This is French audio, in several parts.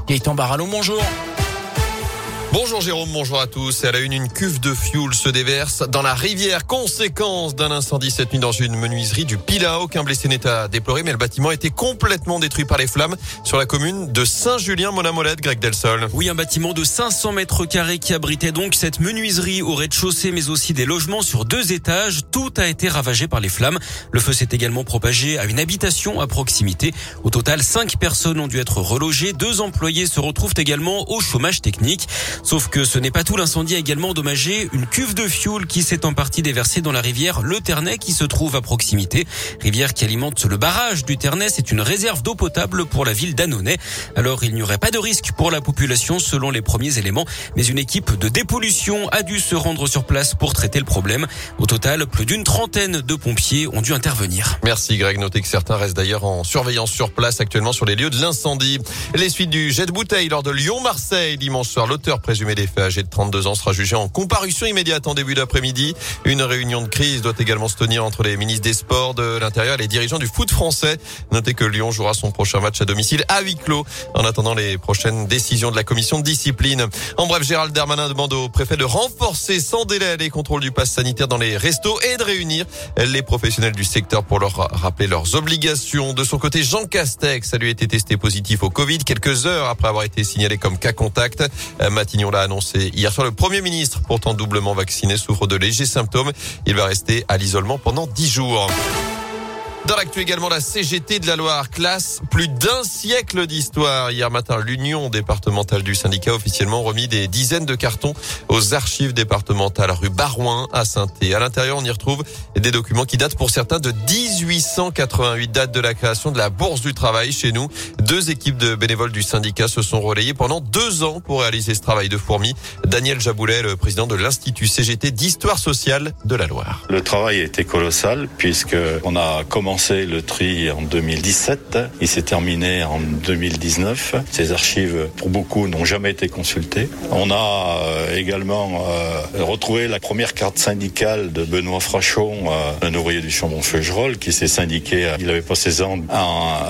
Gaëtan Barallon, bonjour. Bonjour Jérôme, bonjour à tous. À la une cuve de fioul se déverse dans la rivière. Conséquence d'un incendie cette nuit dans une menuiserie du Pilat. Aucun blessé n'est à déplorer, mais le bâtiment a été complètement détruit par les flammes sur la commune de Saint-Julien-Mona-Molette. Greg Delsol. Oui, un bâtiment de 500 mètres carrés qui abritait donc cette menuiserie au rez-de-chaussée, mais aussi des logements sur 2 étages. Tout a été ravagé par les flammes. Le feu s'est également propagé à une habitation à proximité. Au total, 5 personnes ont dû être relogées. 2 employés se retrouvent également au chômage technique. Sauf que ce n'est pas tout. L'incendie a également endommagé une cuve de fioul qui s'est en partie déversée dans la rivière Le Ternay qui se trouve à proximité. Rivière qui alimente le barrage du Ternay. C'est une réserve d'eau potable pour la ville d'Annonay. Alors il n'y aurait pas de risque pour la population selon les premiers éléments. Mais une équipe de dépollution a dû se rendre sur place pour traiter le problème. Au total, plus d'une trentaine de pompiers ont dû intervenir. Merci Greg. Notez que certains restent d'ailleurs en surveillance sur place actuellement sur les lieux de l'incendie. Les suites du jet de bouteille lors de Lyon-Marseille dimanche soir. L'auteur présumé des faits, âgé de 32 ans, sera jugé en comparution immédiate en début d'après-midi. Une réunion de crise doit également se tenir entre les ministres des Sports, de l'Intérieur et les dirigeants du foot français. Notez que Lyon jouera son prochain match à domicile à huis clos en attendant les prochaines décisions de la commission de discipline. En bref, Gérald Darmanin demande au préfet de renforcer sans délai les contrôles du pass sanitaire dans les restos et de réunir les professionnels du secteur pour leur rappeler leurs obligations. De son côté, Jean Castex a lui été testé positif au Covid quelques heures après avoir été signalé comme cas contact. Matignon l'a annoncé hier soir. Le Premier ministre, pourtant doublement vacciné, souffre de légers symptômes. Il va rester à l'isolement pendant 10 jours. Dans l'actu également, la CGT de la Loire classe plus d'1 siècle d'histoire. Hier matin, l'Union départementale du syndicat a officiellement remis des dizaines de cartons aux archives départementales rue Barouin à Saint-Thé. À l'intérieur, on y retrouve des documents qui datent pour certains de 1888, date de la création de la Bourse du Travail chez nous. 2 équipes de bénévoles du syndicat se sont relayées pendant 2 ans pour réaliser ce travail de fourmi. Daniel Jaboulet, le président de l'Institut CGT d'Histoire sociale de la Loire. Le travail a été colossal puisque on a commencé le tri en 2017. Il s'est terminé en 2019. Ces archives, pour beaucoup, n'ont jamais été consultées. On a également retrouvé la première carte syndicale de Benoît Frachon, un ouvrier du Chambon-Feugerolles, qui s'est syndiqué, il avait pas 16 ans, en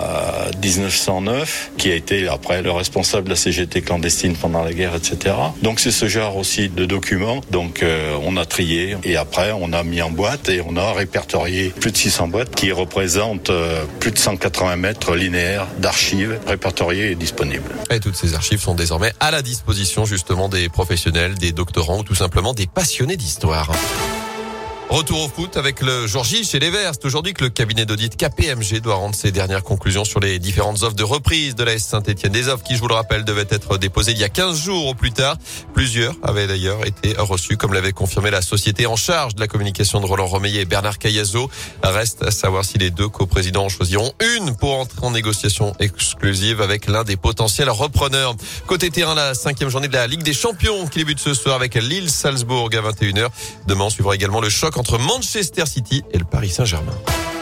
1909, qui a été après le responsable de la CGT clandestine pendant la guerre, etc. Donc c'est ce genre aussi de documents. Donc on a trié et après on a mis en boîte et on a répertorié plus de 600 boîtes qui représentent plus de 180 mètres linéaires d'archives répertoriées et disponibles. Et toutes ces archives sont désormais à la disposition justement des professionnels, des doctorants ou tout simplement des passionnés d'histoire. Retour au foot avec le jour J chez les Verts. C'est aujourd'hui que le cabinet d'audit KPMG doit rendre ses dernières conclusions sur les différentes offres de reprise de l'AS Saint-Etienne. Des offres qui, je vous le rappelle, devaient être déposées il y a 15 jours au plus tard. Plusieurs avaient d'ailleurs été reçues, comme l'avait confirmé la société en charge de la communication de Roland Romeillet et Bernard Cayazo. Reste à savoir si les 2 coprésidents en choisiront une pour entrer en négociation exclusive avec l'un des potentiels repreneurs. Côté terrain, la 5e journée de la Ligue des Champions qui débute ce soir avec Lille-Salzbourg à 21h. Demain, on suivra également le choc entre Manchester City et le Paris Saint-Germain.